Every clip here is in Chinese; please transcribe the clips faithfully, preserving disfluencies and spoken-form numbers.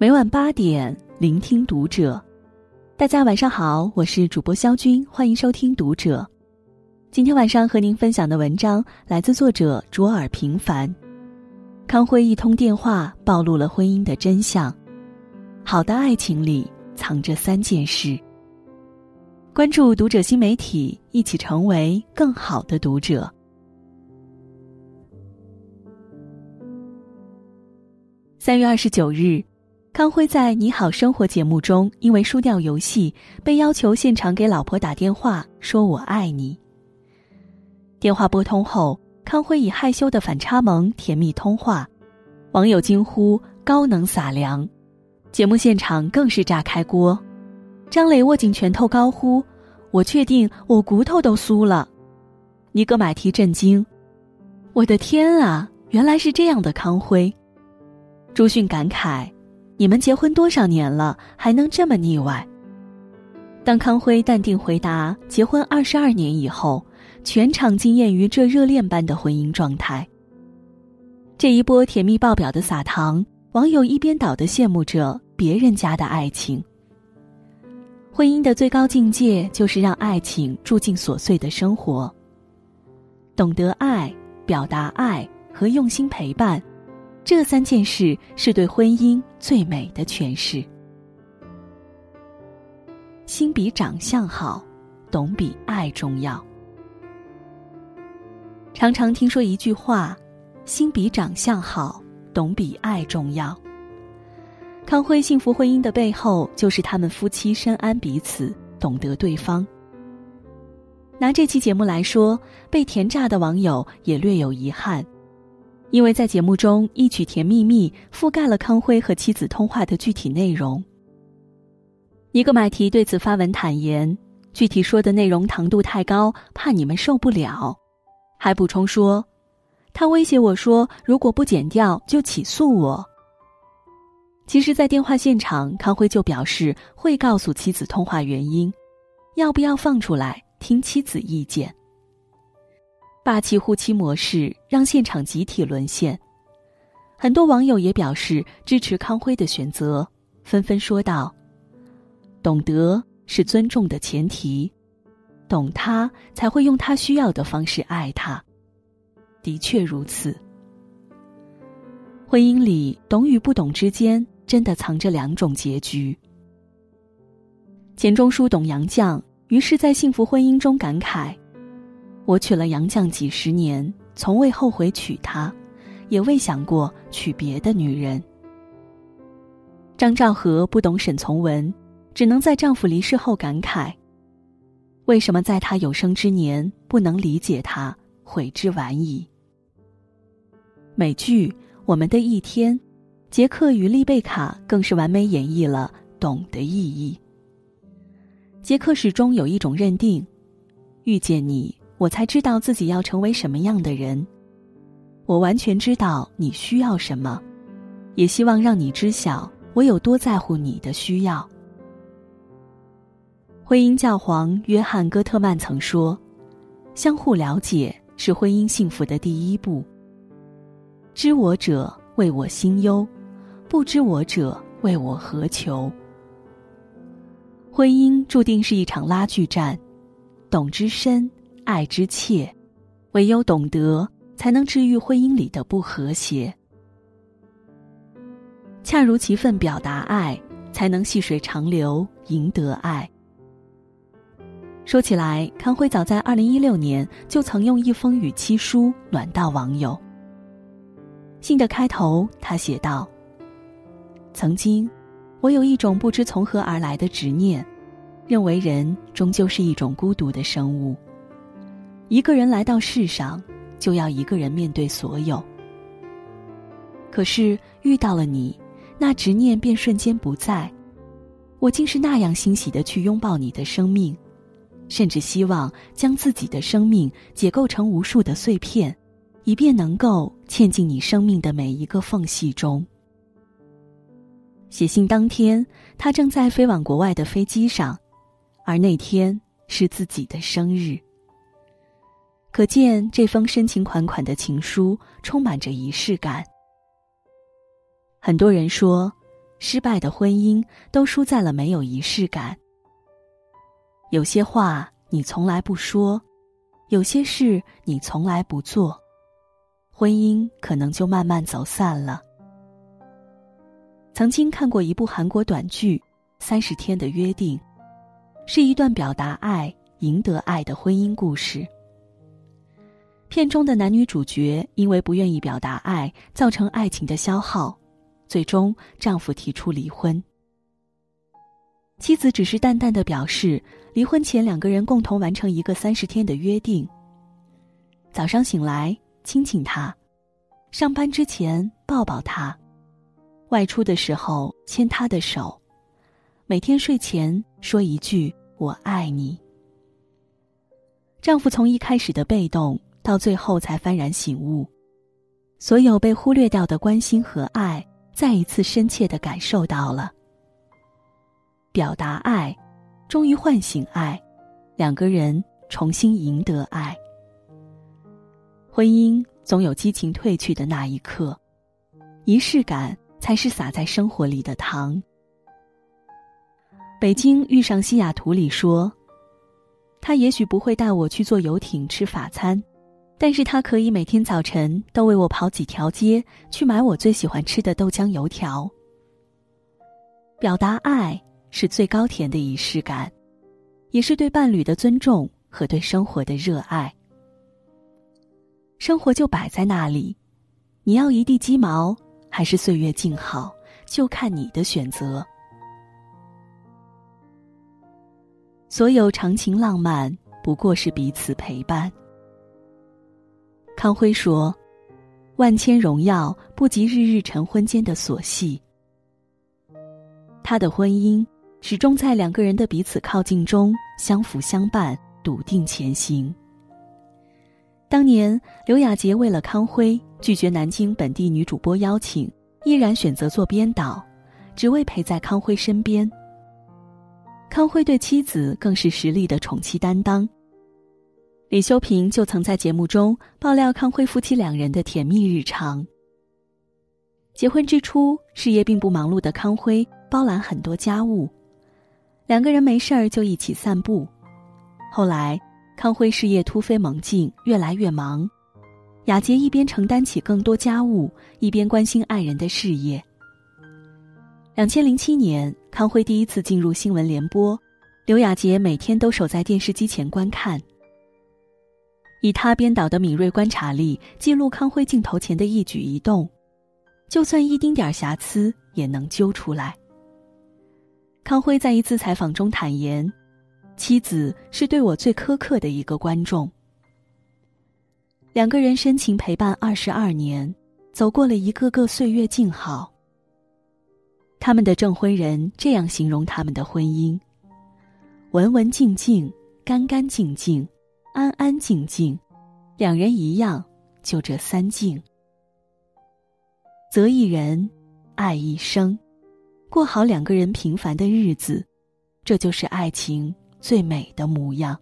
每晚八点，聆听读者。大家晚上好，我是主播肖军，欢迎收听读者。今天晚上和您分享的文章来自作者卓尔平凡。康辉一通电话暴露了婚姻的真相，好的爱情里藏着三件事。关注读者新媒体，一起成为更好的读者。三月二十九日，康辉在《你好生活》节目中因为输掉游戏，被要求现场给老婆打电话说我爱你。电话拨通后，康辉以害羞的反差萌甜蜜通话，网友惊呼高能撒粮，节目现场更是炸开锅。张磊握紧拳头高呼我确定我骨头都酥了。尼格买提震惊，我的天啊，原来是这样的康辉。朱迅感慨，你们结婚多少年了，还能这么腻歪？当康辉淡定回答结婚二十二年以后，全场惊艳于这热恋般的婚姻状态。这一波甜蜜爆表的撒糖，网友一边倒地羡慕着别人家的爱情。婚姻的最高境界就是让爱情住进琐碎的生活，懂得爱、表达爱和用心陪伴，这三件事是对婚姻最美的诠释。心比长相好，懂比爱重要。常常听说一句话，心比长相好，懂比爱重要。康辉幸福婚姻的背后，就是他们夫妻深谙彼此，懂得对方。拿这期节目来说，被甜炸的网友也略有遗憾，因为在节目中一曲甜蜜蜜覆盖了康辉和妻子通话的具体内容。尼格买提对此发文坦言，具体说的内容糖度太高，怕你们受不了，还补充说他威胁我说如果不剪掉就起诉我。其实在电话现场，康辉就表示会告诉妻子通话原因，要不要放出来听妻子意见。霸气护妻模式让现场集体沦陷，很多网友也表示支持康辉的选择，纷纷说道，懂得是尊重的前提，懂他才会用他需要的方式爱他。的确如此，婚姻里懂与不懂之间真的藏着两种结局。钱钟书懂杨绛，于是在幸福婚姻中感慨，我娶了杨绛几十年，从未后悔娶她，也未想过娶别的女人。张兆和不懂沈从文，只能在丈夫离世后感慨，为什么在他有生之年不能理解他，悔之晚矣。美剧《我们的一天》，杰克与丽贝卡更是完美演绎了懂的意义。杰克始终有一种认定，遇见你，我才知道自己要成为什么样的人。我完全知道你需要什么，也希望让你知晓我有多在乎你的需要。婚姻教皇约翰·戈特曼曾说，相互了解是婚姻幸福的第一步。知我者为我心忧，不知我者为我何求。婚姻注定是一场拉锯战，懂之深，爱之切，唯有懂得才能治愈婚姻里的不和谐。恰如其分表达爱，才能细水长流，赢得爱。说起来，康辉早在二零一六年就曾用一封语气书暖到网友。信的开头，他写道，曾经我有一种不知从何而来的执念，认为人终究是一种孤独的生物，一个人来到世上，就要一个人面对所有。可是遇到了你，那执念便瞬间不在，我竟是那样欣喜地去拥抱你的生命，甚至希望将自己的生命解构成无数的碎片，以便能够嵌进你生命的每一个缝隙中。写信当天，他正在飞往国外的飞机上，而那天是自己的生日。可见这封深情款款的情书充满着仪式感。很多人说， 失败的婚姻都输在了没有仪式感。有些话你从来不说，有些事你从来不做，婚姻可能就慢慢走散了。曾经看过一部韩国短剧《三十天的约定》，是一段表达爱、赢得爱的婚姻故事。片中的男女主角因为不愿意表达爱，造成爱情的消耗，最终丈夫提出离婚。妻子只是淡淡地表示，离婚前两个人共同完成一个三十天的约定：早上醒来亲亲他，上班之前抱抱他，外出的时候牵他的手，每天睡前说一句我爱你。丈夫从一开始的被动到最后才幡然醒悟，所有被忽略掉的关心和爱再一次深切地感受到了。表达爱，终于唤醒爱，两个人重新赢得爱。婚姻总有激情褪去的那一刻，仪式感才是洒在生活里的糖。北京遇上西雅图里说，他也许不会带我去坐游艇吃法餐，但是他可以每天早晨都为我跑几条街，去买我最喜欢吃的豆浆油条。表达爱是最高甜的仪式感，也是对伴侣的尊重和对生活的热爱。生活就摆在那里，你要一地鸡毛还是岁月静好，就看你的选择。所有长情浪漫不过是彼此陪伴。康辉说，万千荣耀不及日日晨昏间的琐细。他的婚姻始终在两个人的彼此靠近中相扶相伴，笃定前行。当年刘雅洁为了康辉拒绝南京本地女主播邀请，依然选择做编导，只为陪在康辉身边。康辉对妻子更是实力的宠妻担当。李修平就曾在节目中爆料康辉夫妻两人的甜蜜日常。结婚之初，事业并不忙碌的康辉包揽很多家务，两个人没事儿就一起散步。后来康辉事业突飞猛进，越来越忙，雅洁一边承担起更多家务，一边关心爱人的事业。二零零七年，康辉第一次进入新闻联播，刘雅洁每天都守在电视机前观看。以他编导的敏锐观察力，记录康辉镜头前的一举一动，就算一丁点瑕疵也能揪出来。康辉在一次采访中坦言，妻子是对我最苛刻的一个观众。两个人深情陪伴二十二年，走过了一个个岁月静好。他们的证婚人这样形容他们的婚姻：文文静静，干干净净，安安静静，两人一样，就这三静。择一人，爱一生，过好两个人平凡的日子，这就是爱情最美的模样。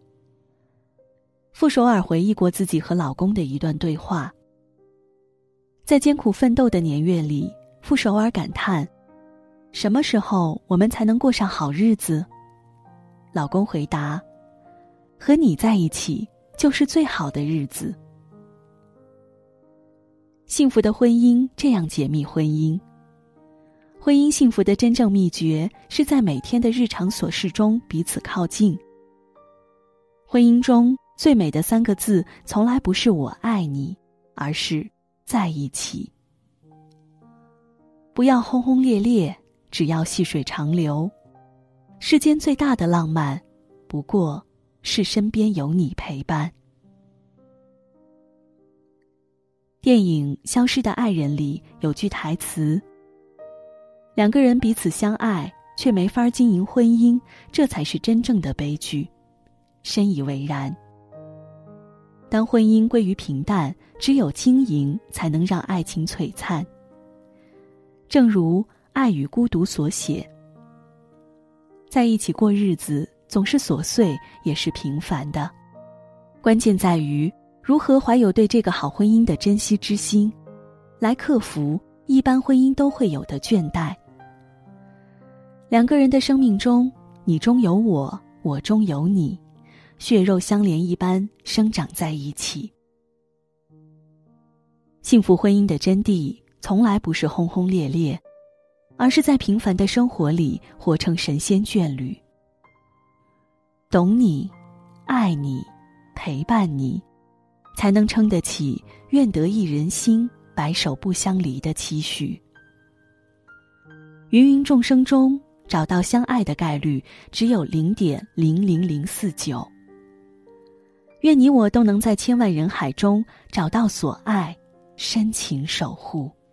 傅首尔回忆过自己和老公的一段对话。在艰苦奋斗的年月里，傅首尔感叹，什么时候我们才能过上好日子？老公回答，和你在一起就是最好的日子。幸福的婚姻这样解密婚姻。婚姻幸福的真正秘诀是在每天的日常琐事中彼此靠近。婚姻中最美的三个字从来不是我爱你，而是在一起。不要轰轰烈烈，只要细水长流。世间最大的浪漫不过是身边有你陪伴。电影《消失的爱人》里有句台词，两个人彼此相爱却没法经营婚姻，这才是真正的悲剧。深以为然。当婚姻归于平淡，只有经营才能让爱情璀璨。正如《爱与孤独》所写，在一起过日子总是琐碎，也是平凡的，关键在于如何怀有对这个好婚姻的珍惜之心，来克服一般婚姻都会有的倦怠， 两个人的生命中，你中有我，我中有你，血肉相连一般生长在一起。幸福婚姻的真谛从来不是轰轰烈烈，而是在平凡的生活里活成神仙眷侣。懂你，爱你，陪伴你，才能撑得起愿得一人心，白首不相离的期许。芸芸众生中，找到相爱的概率只有 零点零零零四九。愿你我都能在千万人海中找到所爱，深情守护。